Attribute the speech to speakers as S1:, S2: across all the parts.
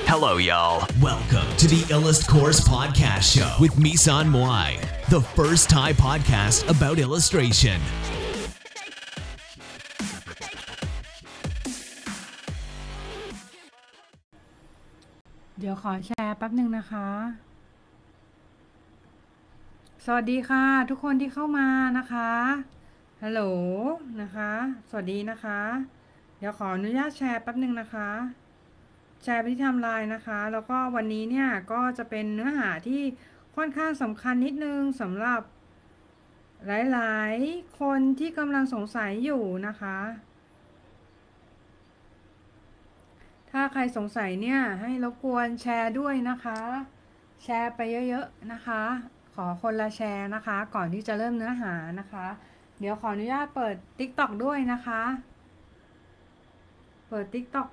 S1: Hello, y'all. Welcome to the Illust Course Podcast Show with Misan Moai, the first Thai podcast about illustration.
S2: เดี๋ยวขอแชร์แป๊บหนึ่งนะคะ สวัสดีค่ะทุกคนที่เข้ามานะคะฮัลโหลนะคะสวัสดีนะคะเดี๋ยวขออนุญาตแชร์แป๊บหนึ่งนะคะแชร์ไปที่ไทม์ไลน์นะคะแล้วก็วันนี้เนี่ยก็จะเป็นเนื้อหาที่ค่อนข้างสำคัญนิดนึงสำหรับหลายๆคนที่กำลังสงสัยอยู่นะคะถ้าใครสงสัยเนี่ยให้รบกวนแชร์ด้วยนะคะแชร์ไปเยอะๆนะคะขอคนละแชร์นะคะก่อนที่จะเริ่มเนื้อหานะคะเดี๋ยวขออนุญาตเปิด TikTok ด้วยนะคะเปิด TikTok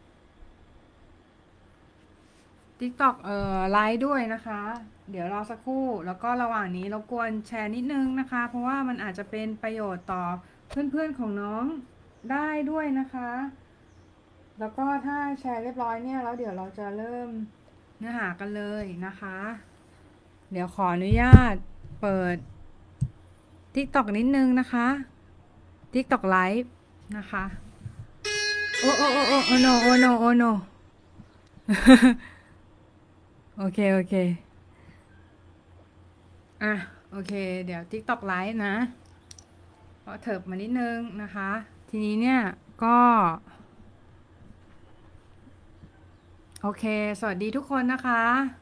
S2: ไลฟ์ด้วยนะคะเดี๋ยวรอสักครู่แล้วก็ระหว่างนี้รบกวนแชร์นิดนึงนะคะเพราะว่ามันอาจจะเป็นประโยชน์ต่อเพื่อนๆของน้องได้ด้วยนะคะแล้วก็ถ้าแชร์เรียบร้อยเนี่ยแล้วเดี๋ยวเราจะเริ่มเนื้อหากันเลยนะคะเดี๋ยวขออนุญาตเปิด TikTok นิดนึงนะคะ TikTok Live นะคะโอ้no โอเคอ่ะโอเคเดี๋ยว TikTok Live นะขอเถิบมานิดนึงนะคะทีนี้เนี่ยก็โอเคสวัสดีทุกคนนะคะ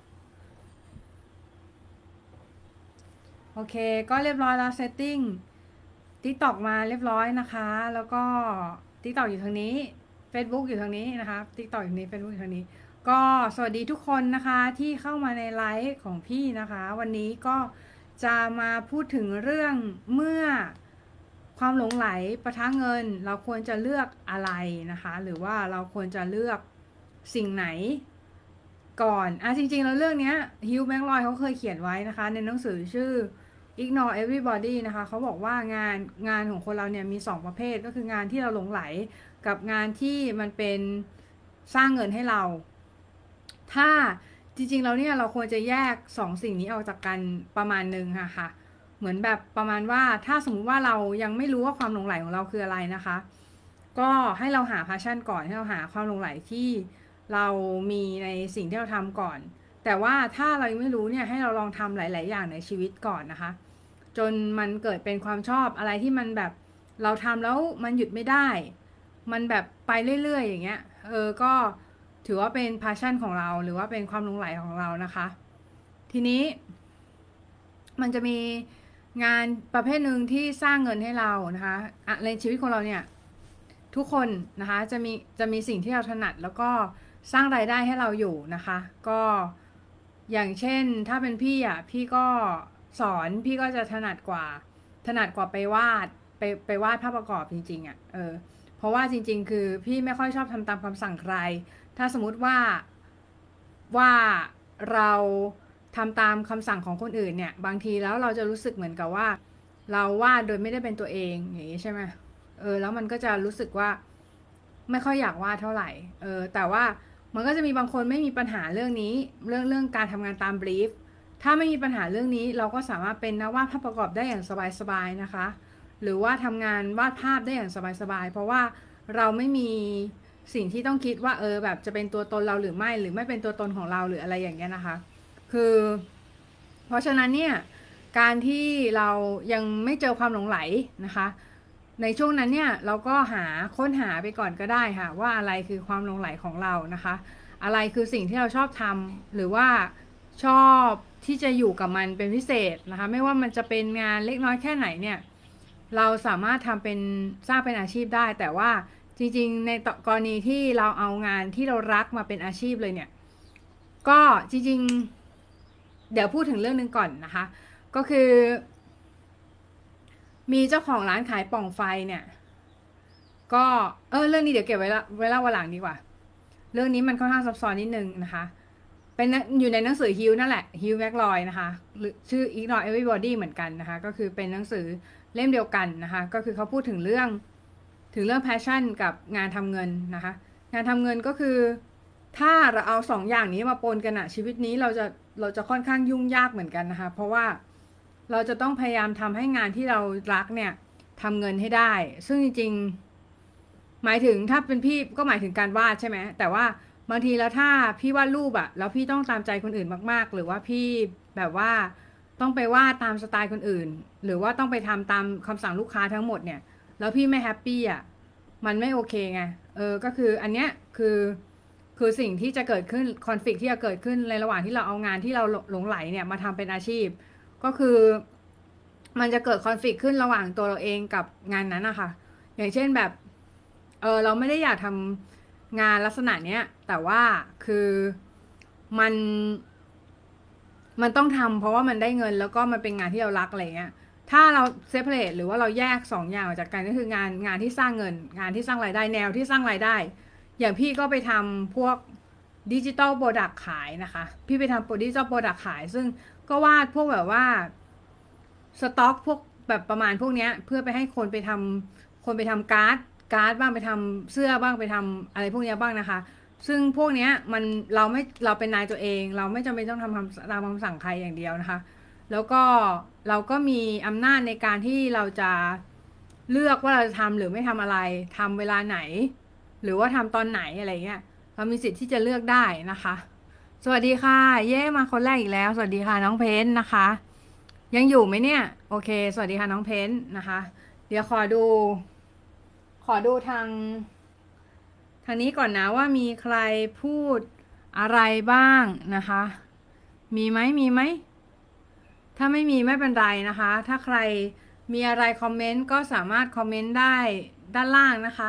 S2: โอเคก็เรียบร้อยแล้ว setting TikTok มาเรียบร้อยนะคะแล้วก็ TikTok อยู่ทางนี้ Facebook อยู่ทางนี้นะคะ TikTok อยู่ทางนี้ Facebook อยู่ทางนี้ก็สวัสดีทุกคนนะคะที่เข้ามาในไลฟ์ของพี่นะคะวันนี้ก็จะมาพูดถึงเรื่องเมื่อความหลงไหลปะทะเงินเราควรจะเลือกอะไรนะคะหรือว่าเราควรจะเลือกสิ่งไหนก่อนจริงๆแล้วเรื่องนี้ฮิวแมงลอยเขาเคยเขียนไว้นะคะในหนังสือชื่อ Ignore Everybody นะคะเขาบอกว่างานของคนเราเนี่ยมี2ประเภทก็คืองานที่เราหลงไหลกับงานที่มันเป็นสร้างเงินให้เราถ้าจริงๆแล้วเนี่ยเราควรจะแยก2สิ่งนี้ออกจากกันประมาณนึงค่ะเหมือนแบบประมาณว่าถ้าสมมุติว่าเรายังไม่รู้ว่าความหลงไหลของเราคืออะไรนะคะก็ให้เราหา passion ก่อนให้เราหาความหลงไหลที่เรามีในสิ่งที่เราทำก่อนแต่ว่าถ้าเรายังไม่รู้เนี่ยให้เราลองทำหลายๆอย่างในชีวิตก่อนนะคะจนมันเกิดเป็นความชอบอะไรที่มันแบบเราทำแล้วมันหยุดไม่ได้มันแบบไปเรื่อยๆอย่างเงี้ยก็ถือว่าเป็น passion ของเราหรือว่าเป็นความหลงไหลของเรานะคะทีนี้มันจะมีงานประเภทหนึ่งที่สร้างเงินให้เรานะคะในชีวิตของเราเนี่ยทุกคนนะคะจะมีสิ่งที่เราถนัดแล้วก็สร้างรายได้ให้เราอยู่นะคะก็อย่างเช่นถ้าเป็นพี่ก็สอนพี่ก็จะถนัดกว่าไปวาดไปวาดภาพประกอบจริงๆเพราะว่าจริงๆคือพี่ไม่ค่อยชอบทำตามคำสั่งใครถ้าสมมุติว่าเราทำตามคำสั่งของคนอื่นเนี่ยบางทีแล้วเราจะรู้สึกเหมือนกับว่าเราวาดโดยไม่ได้เป็นตัวเองอย่างนี้ใช่ไหมแล้วมันก็จะรู้สึกว่าไม่ค่อยอยากวาดเท่าไหร่แต่ว่ามันก็จะมีบางคนไม่มีปัญหาเรื่องนี้เรื่องการทำงานตามบรีฟถ้าไม่มีปัญหาเรื่องนี้เราก็สามารถเป็นนักวาดภาพประกอบได้อย่างสบายๆนะคะหรือว่าทำงานวาดภาพได้อย่างสบายๆเพราะว่าเราไม่มีสิ่งที่ต้องคิดว่าแบบจะเป็นตัวตนเราหรือไม่เป็นตัวตนของเราหรืออะไรอย่างเงี้ยนะคะคือเพราะฉะนั้นเนี่ยการที่เรายังไม่เจอความหลงไหลนะคะในช่วงนั้นเนี่ยเราก็ค้นหาไปก่อนก็ได้ค่ะว่าอะไรคือความหลงไหลของเรานะคะอะไรคือสิ่งที่เราชอบทำหรือว่าชอบที่จะอยู่กับมันเป็นพิเศษนะคะไม่ว่ามันจะเป็นงานเล็กน้อยแค่ไหนเนี่ยเราสามารถทำเป็นสร้างเป็นอาชีพได้แต่ว่าจริงๆในกรณีที่เราเอางานที่เรารักมาเป็นอาชีพเลยเนี่ยก็จริงๆเดี๋ยวพูดถึงเรื่องนึงก่อนนะคะก็คือมีเจ้าของร้านขายป่องไฟเนี่ยก็เรื่องนี้เดี๋ยวเก็บไว้เล่าวันหลังดีกว่าเรื่องนี้มันค่อนข้างซับซ้อนนิดนึงนะคะเป็นอยู่ในหนังสือฮิวนั่นแหละฮิวแม็กลอยนะคะหรือชื่อ Ignore Everybody เหมือนกันนะคะก็คือเป็นหนังสือเล่มเดียวกันนะคะก็คือเขาพูดถึงเรื่อง passion กับงานทำเงินนะคะงานทำเงินก็คือถ้าเราเอา2 อย่างนี้มาปนกันอะชีวิตนี้เราจะค่อนข้างยุ่งยากเหมือนกันนะคะเพราะว่าเราจะต้องพยายามทำให้งานที่เรารักเนี่ยทำเงินให้ได้ซึ่งจริงๆหมายถึงถ้าเป็นพี่ก็หมายถึงการวาดใช่ไหมแต่ว่าบางทีแล้วถ้าพี่วาดรูปอะแล้วพี่ต้องตามใจคนอื่นมากๆหรือว่าพี่แบบว่าต้องไปวาดตามสไตล์คนอื่นหรือว่าต้องไปทำตามคำสั่งลูกค้าทั้งหมดเนี่ยแล้วพี่ไม่แฮปปี้อะมันไม่โอเคไงก็คืออันเนี้ยคือสิ่งที่จะเกิดขึ้นคอนฟ lict ที่จะเกิดขึ้นในระหว่างที่เราเอางานที่เราหลงไหลเนี่ยมาทำเป็นอาชีพก็คือมันจะเกิดคอนฟ lict ขึ้นระหว่างตัวเราเองกับงานนั้นนะคะอย่างเช่นแบบเราไม่ได้อยากทำงานลักษณะเนี้ยแต่ว่าคือมันต้องทำเพราะว่ามันได้เงินแล้วก็มันเป็นงานที่เรารักอะไรเงี้ยถ้าเราเซปเรตหรือว่าเราแยก2 อย่างออกจากกันก็คืองานที่สร้างเงินงานที่สร้างรายได้แนวที่สร้างรายได้อย่างพี่ก็ไปทำพวกดิจิตอลโปรดักต์ขายนะคะพี่ไปทำดิจิตอลโปรดักต์ขายซึ่งก็วาดพวกแบบว่าสต็อกพวกแบบประมาณพวกเนี้ยเพื่อไปให้คนไปทำการ์ดบ้างไปทำเสื้อบ้างไปทำอะไรพวกนี้บ้างนะคะซึ่งพวกเนี้ยเราเป็นนายตัวเองเราไม่จำเป็นต้องทำตามคำสั่งใครอย่างเดียวนะคะแล้วก็เราก็มีอำนาจในการที่เราจะเลือกว่าเราจะทำหรือไม่ทำอะไรทำเวลาไหนหรือว่าทำตอนไหนอะไรเงี้ยเรามีสิทธิ์ที่จะเลือกได้นะคะสวัสดีค่ะเย้มาคนแรกอีกแล้วสวัสดีค่ะน้องเพนนะคะยังอยู่ไหมเนี่ยโอเคสวัสดีค่ะน้องเพนนะคะเดี๋ยวขอดูทางนี้ก่อนนะว่ามีใครพูดอะไรบ้างนะคะมีไหมถ้าไม่มีไม่เป็นไรนะคะถ้าใครมีอะไรคอมเมนต์ก็สามารถคอมเมนต์ได้ด้านล่างนะคะ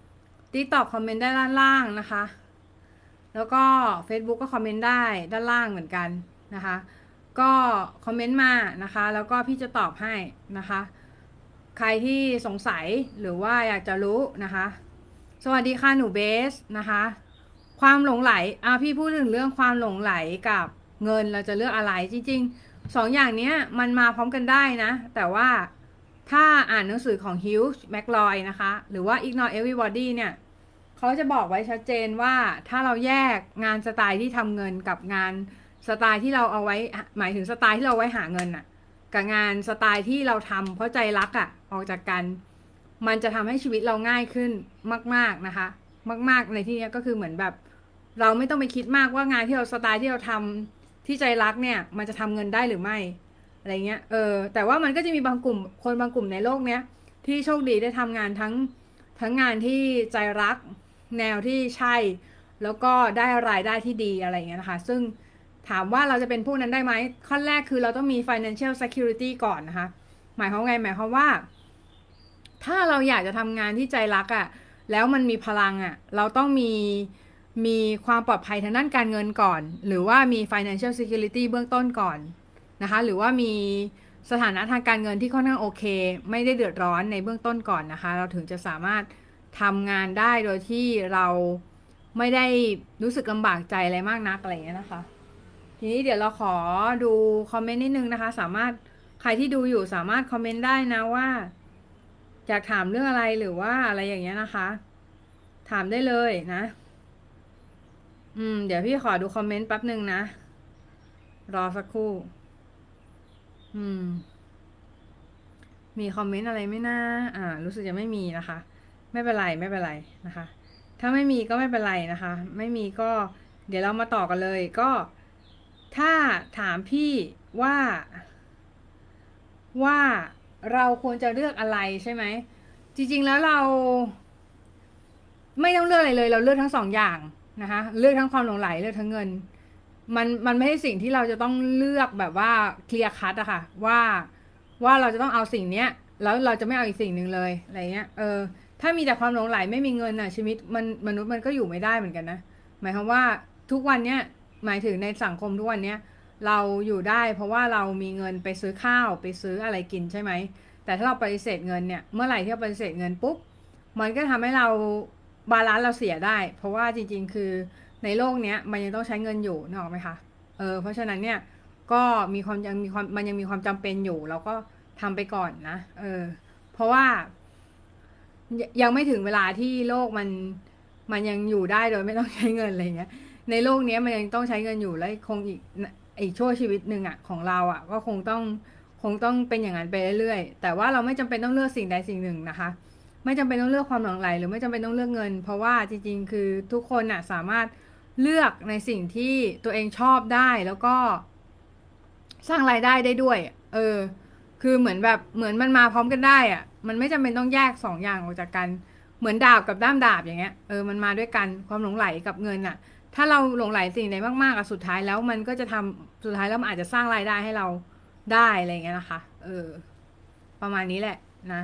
S2: TikTokคอมเมนต์ได้ด้านล่างนะคะแล้วก็ Facebook ก็คอมเมนต์ได้ด้านล่างเหมือนกันนะคะก็คอมเมนต์มานะคะแล้วก็พี่จะตอบให้นะคะใครที่สงสัยหรือว่าอยากจะรู้นะคะสวัสดีค่ะหนูเบสนะคะความหลงไหลพี่พูดถึงเรื่องความหลงไหลกับเงินเราจะเลือกอะไรจริงๆ2 อย่างนี้มันมาพร้อมกันได้นะแต่ว่าถ้าอ่านหนังสือของ Hugh McLoy นะคะหรือว่า Ignore Everybody เนี่ยเขาจะบอกไว้ชัดเจนว่าถ้าเราแยกงานสไตล์ที่ทำเงินกับงานสไตล์ที่เราเอาไว้หมายถึงสไตล์ที่เราไว้หาเงินน่ะกับงานสไตล์ที่เราทำเพราะใจรักออกจากกันมันจะทำให้ชีวิตเราง่ายขึ้นมากๆนะคะมากๆในที่นี้ก็คือเหมือนแบบเราไม่ต้องไปคิดมากว่างานที่เราสไตล์ที่เราทำที่ใจรักเนี่ยมันจะทำเงินได้หรือไม่อะไรเงี้ยแต่ว่ามันก็จะมีบางกลุ่มในโลกเนี้ยที่โชคดีได้ทำงานทั้งงานที่ใจรักแนวที่ใช่แล้วก็ได้รายได้ที่ดีอะไรเงี้ยนะคะซึ่งถามว่าเราจะเป็นพวกนั้นได้ไหมขั้นแรกคือเราต้องมี financial security ก่อนนะคะหมายความไงหมายความว่าถ้าเราอยากจะทำงานที่ใจรักแล้วมันมีพลังเราต้องมีความปลอดภัยทางด้านการเงินก่อนหรือว่ามี financial security เบื้องต้นก่อนนะคะหรือว่ามีสถานะทางการเงินที่ค่อนข้างโอเคไม่ได้เดือดร้อนในเบื้องต้นก่อนนะคะเราถึงจะสามารถทำงานได้โดยที่เราไม่ได้รู้สึกลำบากใจอะไรมากนักอะไรอย่างเงี้ยนะคะทีนี้เดี๋ยวเราขอดูคอมเมนต์นิดนึงนะคะสามารถใครที่ดูอยู่สามารถคอมเมนต์ได้นะว่าอยากถามเรื่องอะไรหรือว่าอะไรอย่างเงี้ยนะคะถามได้เลยนะเดี๋ยวพี่ขอดูคอมเมนต์แป๊บนึงนะรอสักครู่มีคอมเมนต์อะไรไหมนะรู้สึกจะไม่มีนะคะไม่เป็นไรนะคะถ้าไม่มีก็ไม่เป็นไรนะคะไม่มีก็เดี๋ยวเรามาต่อกันเลยก็ถ้าถามพี่ว่าเราควรจะเลือกอะไรใช่ไหมจริงๆแล้วเราไม่ต้องเลือกอะไรเลยเราเลือกทั้ง2 อย่างนะคะเลือกทั้งความหลงไหลเลือกทั้งเงินมันไม่ใช่สิ่งที่เราจะต้องเลือกแบบว่าเคลียร์คัทอะค่ะว่าเราจะต้องเอาสิ่งเนี้ยแล้วเราจะไม่เอาอีกสิ่งหนึ่งเลยอะไรเงี้ยถ้ามีแต่ความหลงไหลไม่มีเงินชีวิตมนุษย์มันก็อยู่ไม่ได้เหมือนกันนะหมายความว่าทุกวันเนี้ยหมายถึงในสังคมทุกวันเนี้ยเราอยู่ได้เพราะว่าเรามีเงินไปซื้อข้าวไปซื้ออะไรกินใช่ไหมแต่ถ้าเราปฏิเสธเงินเนี่ยเมื่อไหร่ที่เราปฏิเสธเงินปุ๊บมันก็ทำให้เราบาลานซ์เราเสียได้เพราะว่าจริงๆคือในโลกเนี้ยมันยังต้องใช้เงินอยู่นึกออกไหมคะเพราะฉะนั้นเนี่ยก็มันยังมีความจำเป็นอยู่เราก็ทำไปก่อนนะเพราะว่ายังไม่ถึงเวลาที่โลกมันยังอยู่ได้โดยไม่ต้องใช้เงินอะไรเงี้ยในโลกนี้มันยังต้องใช้เงินอยู่และคงอีกชั่วชีวิตหนึ่งอ่ะของเราอ่ะก็คงต้องเป็นอย่างนั้นไปเรื่อยๆแต่ว่าเราไม่จำเป็นต้องเลือกสิ่งใดสิ่งหนึ่งนะคะไม่จำเป็นต้องเลือกความหลงใหลหรือไม่จำเป็นต้องเลือกเงินเพราะว่าจริงๆคือทุกคนอ่ะสามารถเลือกในสิ่งที่ตัวเองชอบได้แล้วก็สร้างรายได้ได้ด้วยคือเหมือนมันมาพร้อมกันได้อ่ะมันไม่จำเป็นต้องแยกสองอย่างออกจากกันเหมือนดาบกับด้ามดาบอย่างเงี้ยมันมาด้วยกันความหลงใหลกับเงินอ่ะถ้าเราหลงใหลสิ่งใดมากๆอ่ะสุดท้ายแล้วมันก็จะทำสุดท้ายแล้วมันอาจจะสร้างรายได้ให้เราได้อะไรเงี้ยนะคะประมาณนี้แหละนะ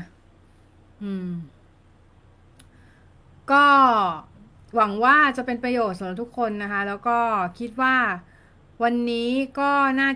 S2: ก็หวังว่าจะเป็นประโยชน์สำหรับทุกคนนะคะแล้วก็คิดว่าวันนี้ก็น่า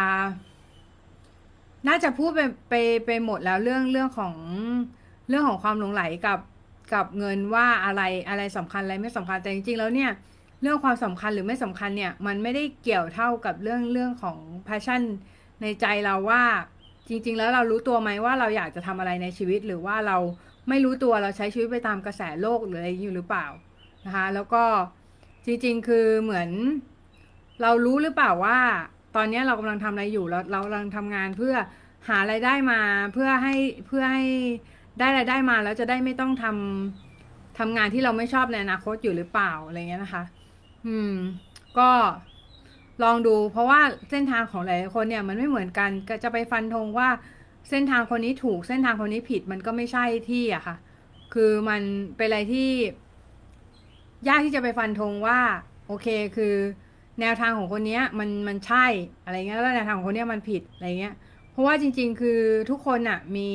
S2: จะพูดไปหมดแล้วเรื่องของความหลงไหลกับเงินว่าอะไรสำคัญอะไรไม่สำคัญแต่จริงๆแล้วเนี่ยเรื่องความสำคัญหรือไม่สำคัญเนี่ยมันไม่ได้เกี่ยวเท่ากับเรื่องของ passion ในใจเราว่าจริงๆแล้วเรารู้ตัวไหมว่าเราอยากจะทำอะไรในชีวิตหรือว่าเราไม่รู้ตัวเราใช้ชีวิตไปตามกระแสโลกหรืออะไรอยู่หรือเปล่านะคะแล้วก็จริงๆคือเหมือนเรารู้หรือเปล่าว่าตอนนี้เรากำลังทำอะไรอยู่เรากำลังทำงานเพื่อหารายได้มาเพื่อให้ได้รายได้มาแล้วจะได้ไม่ต้องทำงานที่เราไม่ชอบในอนาคตอยู่หรือเปล่าอะไรเงี้ยนะคะก็ลองดูเพราะว่าเส้นทางของหลายคนเนี่ยมันไม่เหมือนกันก็จะไปฟันธงว่าเส้นทางคนนี้ถูกเส้นทางคนนี้ผิดมันก็ไม่ใช่ที่อะค่ะคือมันเป็นอะไรที่ยากที่จะไปฟันธงว่าโอเคคือแนวทางของคนนี้มันใช่อะไรเงี้ยแล้วแนวทางของคนนี้มันผิดอะไรเงี้ยเพราะว่าจริงๆคือทุกคนอะมี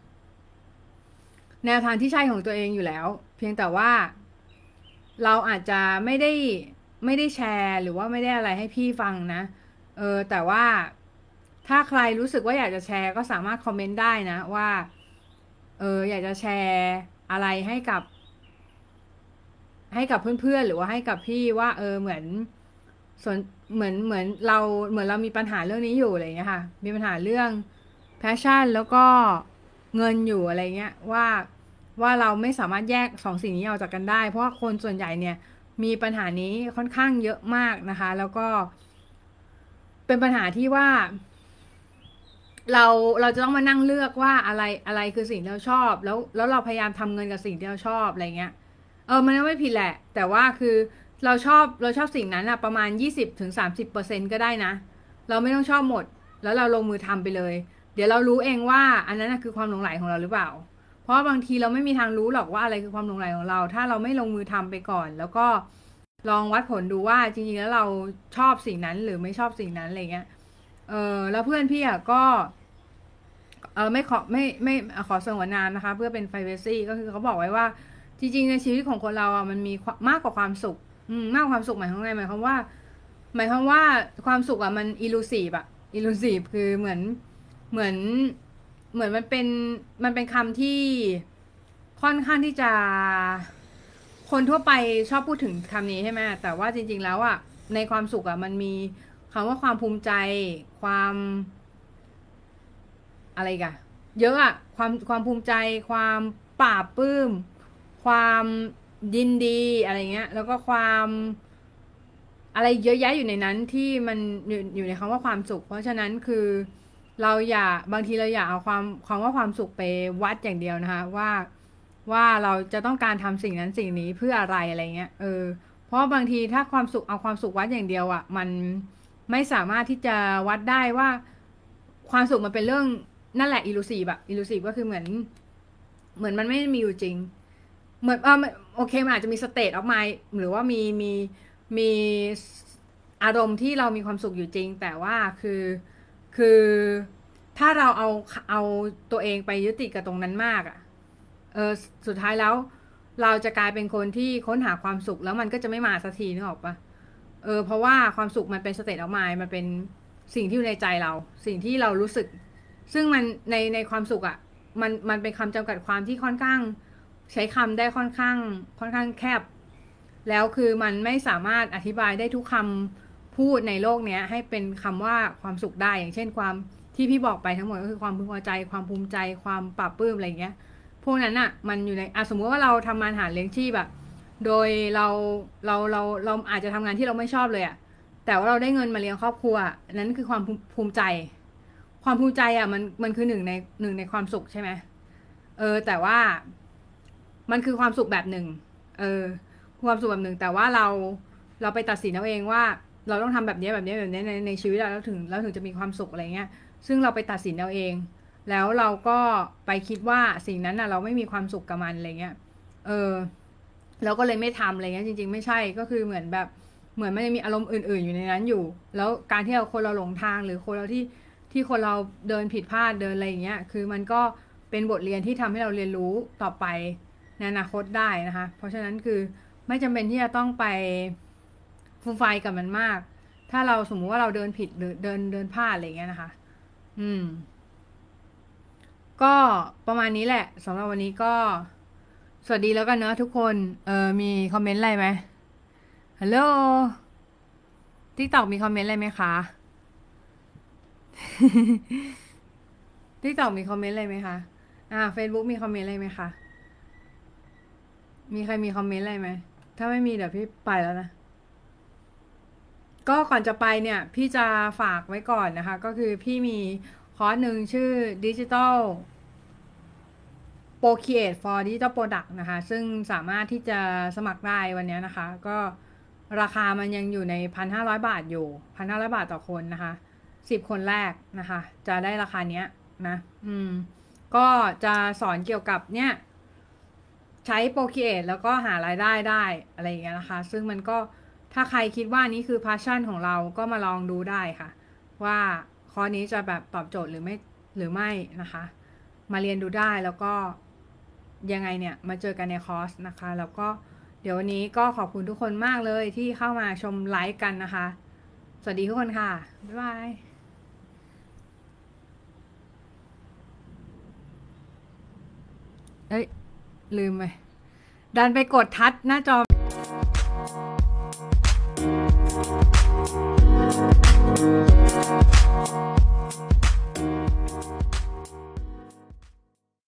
S2: แนวทางที่ใช่ของตัวเองอยู่แล้วเพียงแต่ว่าเราอาจจะไม่ได้แชร์หรือว่าไม่ได้อะไรให้พี่ฟังนะแต่ว่าถ้าใครรู้สึกว่าอยากจะแชร์ก็สามารถคอมเมนต์ได้นะว่าอยากจะแชร์อะไรให้กับเพื่อนๆหรือว่าให้กับพี่ว่าเหมือนเหมือนเรามีปัญหาเรื่องนี้อยู่อะไรเงี้ยค่ะมีปัญหาเรื่อง passion แล้วก็เงินอยู่อะไรเงี้ยว่าเราไม่สามารถแยกสองสิ่งนี้ออกจากกันได้เพราะว่าคนส่วนใหญ่เนี่ยมีปัญหานี้ค่อนข้างเยอะมากนะคะแล้วก็เป็นปัญหาที่ว่าเราจะต้องมานั่งเลือกว่าอะไรคือสิ่งที่เราชอบแล้วเราพยายามทำเงินกับสิ่งที่เราชอบอะไรเงี้ยมันไม่ผิดแหละแต่ว่าคือเราชอบสิ่งนั้นอะประมาณ20-30%ก็ได้นะเราไม่ต้องชอบหมดแล้วเราลงมือทำไปเลยเดี๋ยวเรารู้เองว่าอันนั้นคือความหลงใหลของเราหรือเปล่าเพราะบางทีเราไม่มีทางรู้หรอกว่าอะไรคือความหลงใหลของเราถ้าเราไม่ลงมือทำไปก่อนแล้วก็ลองวัดผลดูว่าจริงๆแล้วเราชอบสิ่งนั้นหรือไม่ชอบสิ่งนั้นอะไรเงี้ยแล้วเพื่อนพี่อ่ะก็ไม่ขอสงวนนามนะคะเพื่อเป็น privacy ก็คือเขาบอกไว้ว่าจริงๆในชีวิตของคนเราอ่ะมันมีมากกว่าความสุขมากกว่าความสุขหมายความไงหมายความว่าความสุขอ่ะมัน elusive อ่ะ elusive คือเหมือนมันเป็นคำที่ค่อนข้างที่จะคนทั่วไปชอบพูดถึงคำนี้ใช่ไหมแต่ว่าจริงๆแล้วอ่ะในความสุขอ่ะมันมีคำว่าความภูมิใจความอะไรกันเยอะอะความภูมิใจความปลาบปลื้มความยินดีอะไรเงี้ยแล้วก็ความอะไรเยอะแยะอยู่ในนั้นที่มันอยู่ในคำว่าความสุขเพราะฉะนั้นคือเราบางทีเราอย่าเอาคำว่าความสุขไปวัดอย่างเดียวนะคะว่าเราจะต้องการทำสิ่งนั้นสิ่งนี้เพื่ออะไรอะไรเงี้ยเพราะบางทีถ้าความสุขเอาความสุขวัดอย่างเดียวอ่ะมันไม่สามารถที่จะวัดได้ว่าความสุขมันเป็นเรื่องนั่นแหละillusive แบบ illusive ก็คือเหมือนมันไม่มีอยู่จริงเหมือนโอเคมันอาจจะมี state of mind หรือว่ามีอารมณ์ที่เรามีความสุขอยู่จริงแต่ว่าคือถ้าเราเอาตัวเองไปยึดติดกับตรงนั้นมากอ่ะสุดท้ายแล้วเราจะกลายเป็นคนที่ค้นหาความสุขแล้วมันก็จะไม่มาสักทีนึกออกปะเพราะว่าความสุขมันเป็น state of mind มันเป็นสิ่งที่อยู่ในใจเราสิ่งที่เรารู้สึกซึ่งมันในความสุขอ่ะมันเป็นคำจำกัดความที่ค่อนข้างใช้คำได้ค่อนข้างแคบแล้วคือมันไม่สามารถอธิบายได้ทุกคำพูดในโลกนี้ให้เป็นคำว่าความสุขได้อย่างเช่นความที่พี่บอกไปทั้งหมดก็คือความพึงพอใจความภูมิใจความปลาบปลื้มอะไรเงี้ยพวกนั้นอ่ะมันอยู่ในสมมติว่าเราทำงานหาเลี้ยงชีพแบบโดยเราอาจจะทำงานที่เราไม่ชอบเลยอะแต่ว่าเราได้เงินมาเลี้ยงครอบครัวนั้นคือความภูมิใจ ความภูมิใจอะมันคือหนึ่งในความสุขใช่ไหมแต่ว่ามันคือความสุขแบบหนึ่งเออความสุขแบบหนึ่งแต่ว่าเราไปตัดสินเอาเองว่าเราต้องทำแบบนี้ในชีวิตเราถึงจะมีความสุขอะไรเงี้ยซึ่งเราไปตัดสินเอาเอง แล้วเราก็ไปคิดว่าสิ่งนั้นน่ะเราไม่มีความสุขกับมันอะไรเงี้ยเราก็เลยไม่ทำอะไรเงี้ยจริงๆไม่ใช่ก็คือเหมือนแบบเหมือนมันยังมีอารมณ์อื่นๆอยู่ในนั้นอยู่แล้วการที่คนเราหลงทางหรือคนเราที่คนเราเดินผิดพลาดเดินอะไรอย่างเงี้ยคือมันก็เป็นบทเรียนที่ทำให้เราเรียนรู้ต่อไปในอนาคตได้นะคะเพราะฉะนั้นคือไม่จำเป็นที่จะต้องไปฟูมไฟายกับมันมากถ้าเราสมมุติว่าเราเดินผิดหรือเดินพลาดอะไรเงี้ยนะคะก็ประมาณนี้แหละสำหรับวันนี้ก็สวัสดีแล้วกันเนอะทุกคนมีคอมเมนต์อะไรไหมฮัลโหลTikTokมีคอมเมนต์อะไรไหมคะTikTokมีคอมเมนต์อะไรไหมคะFacebook มีคอมเมนต์อะไรไหมคะมีใครมีคอมเมนต์อะไรไหมถ้าไม่มีเดี๋ยวพี่ไปแล้วนะก็ก่อนจะไปเนี่ยพี่จะฝากไว้ก่อนนะคะก็คือพี่มีคอร์สหนึ่งชื่อ Digital Procreate for Digital Product นะคะซึ่งสามารถที่จะสมัครได้วันนี้นะคะก็ราคามันยังอยู่ใน 1,500 บาทอยู่ 1,500 บาทต่อคนนะคะ10 คนแรกนะคะจะได้ราคาเนี้ยนะก็จะสอนเกี่ยวกับเนี่ยใช้ Procreate แล้วก็หารายได้ได้อะไรอย่างเงี้ยนะคะซึ่งมันก็ถ้าใครคิดว่านี้คือ passion ของเราก็มาลองดูได้ค่ะว่าคอร์สนี้จะแบบตอบโจทย์หรือไม่นะคะมาเรียนดูได้แล้วก็ยังไงเนี่ยมาเจอกันในคอร์สนะคะแล้วก็เดี๋ยววันนี้ก็ขอบคุณทุกคนมากเลยที่เข้ามาชมไลฟ์กันนะคะสวัสดีทุกคนค่ะบ๊ายบายเอ้ยลืมไปดันไปกดทัชหน้าจอ